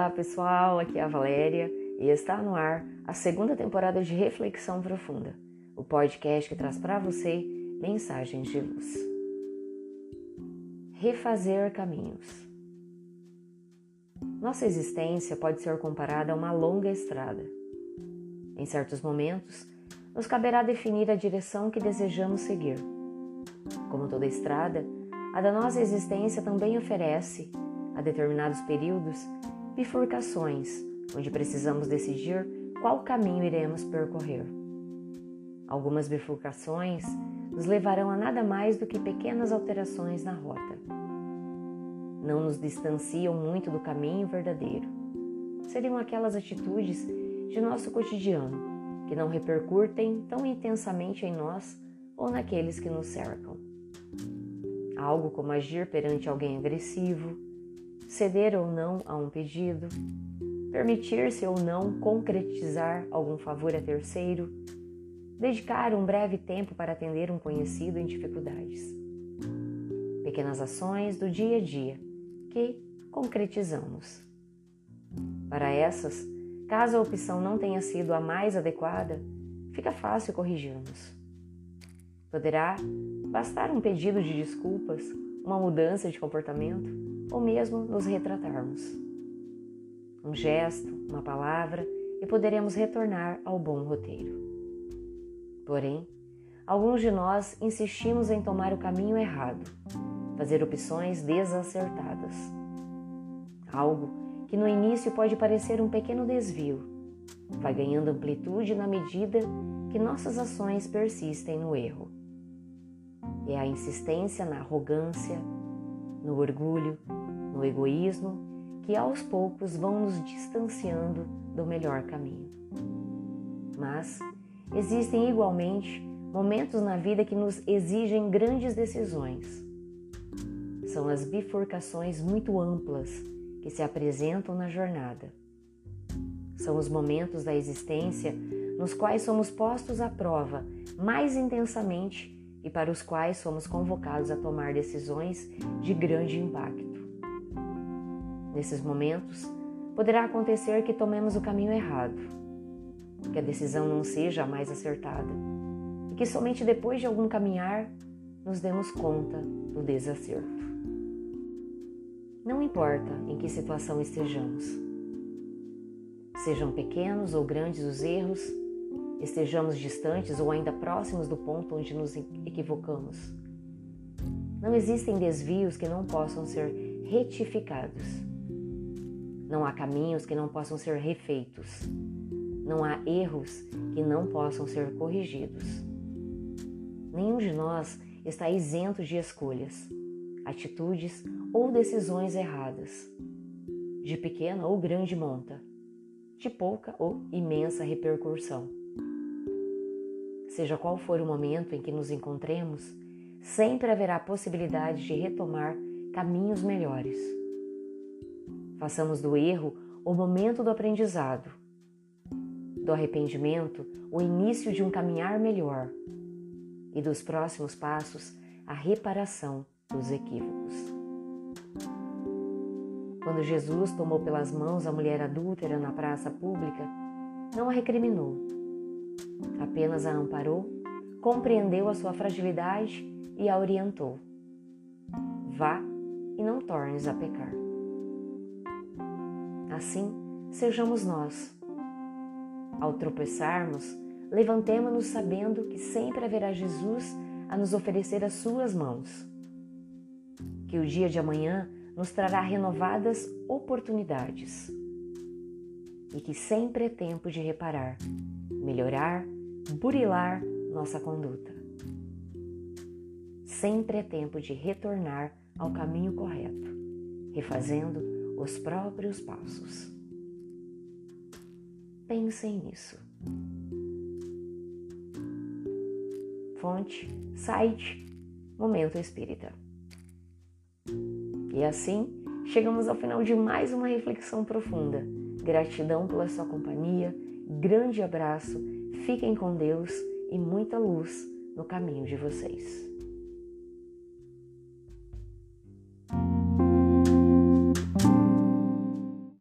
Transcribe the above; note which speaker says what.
Speaker 1: Olá pessoal, aqui é a Valéria e está no ar a segunda temporada de Reflexão Profunda, o podcast que traz para você mensagens de luz. Refazer caminhos. Nossa existência pode ser comparada a uma longa estrada. Em certos momentos, nos caberá definir a direção que desejamos seguir. Como toda estrada, a da nossa existência também oferece, a determinados períodos, bifurcações, onde precisamos decidir qual caminho iremos percorrer. Algumas bifurcações nos levarão a nada mais do que pequenas alterações na rota. Não nos distanciam muito do caminho verdadeiro. Seriam aquelas atitudes de nosso cotidiano que não repercutem tão intensamente em nós ou naqueles que nos cercam. Algo como agir perante alguém agressivo, ceder ou não a um pedido, permitir-se ou não concretizar algum favor a terceiro, dedicar um breve tempo para atender um conhecido em dificuldades. Pequenas ações do dia a dia que concretizamos. Para essas, caso a opção não tenha sido a mais adequada, fica fácil corrigirmos. Poderá bastar um pedido de desculpas, uma mudança de comportamento ou mesmo nos retratarmos. Um gesto, uma palavra e poderemos retornar ao bom roteiro. Porém, alguns de nós insistimos em tomar o caminho errado, fazer opções desacertadas. Algo que no início pode parecer um pequeno desvio, vai ganhando amplitude na medida que nossas ações persistem no erro. É a insistência na arrogância, no orgulho, no egoísmo, que aos poucos vão nos distanciando do melhor caminho. Mas existem igualmente momentos na vida que nos exigem grandes decisões. São as bifurcações muito amplas que se apresentam na jornada. São os momentos da existência nos quais somos postos à prova mais intensamente e para os quais somos convocados a tomar decisões de grande impacto. Nesses momentos, poderá acontecer que tomemos o caminho errado, que a decisão não seja a mais acertada e que somente depois de algum caminhar nos demos conta do desacerto. Não importa em que situação estejamos, sejam pequenos ou grandes os erros, estejamos distantes ou ainda próximos do ponto onde nos equivocamos. Não existem desvios que não possam ser retificados. Não há caminhos que não possam ser refeitos. Não há erros que não possam ser corrigidos. Nenhum de nós está isento de escolhas, atitudes ou decisões erradas, de pequena ou grande monta, de pouca ou imensa repercussão. Seja qual for o momento em que nos encontremos, sempre haverá possibilidade de retomar caminhos melhores. Façamos do erro o momento do aprendizado, do arrependimento o início de um caminhar melhor e dos próximos passos a reparação dos equívocos. Quando Jesus tomou pelas mãos a mulher adúltera na praça pública, não a recriminou, apenas a amparou, compreendeu a sua fragilidade e a orientou. Vá e não tornes a pecar. Assim, sejamos nós. Ao tropeçarmos, levantemo-nos sabendo que sempre haverá Jesus a nos oferecer as suas mãos. Que o dia de amanhã nos trará renovadas oportunidades. E que sempre é tempo de reparar, melhorar, burilar nossa conduta. Sempre é tempo de retornar ao caminho correto, refazendo os próprios passos. Pensem nisso. Fonte, site, Momento Espírita. E assim, chegamos ao final de mais uma reflexão profunda. Gratidão pela sua companhia, grande abraço, fiquem com Deus e muita luz no caminho de vocês.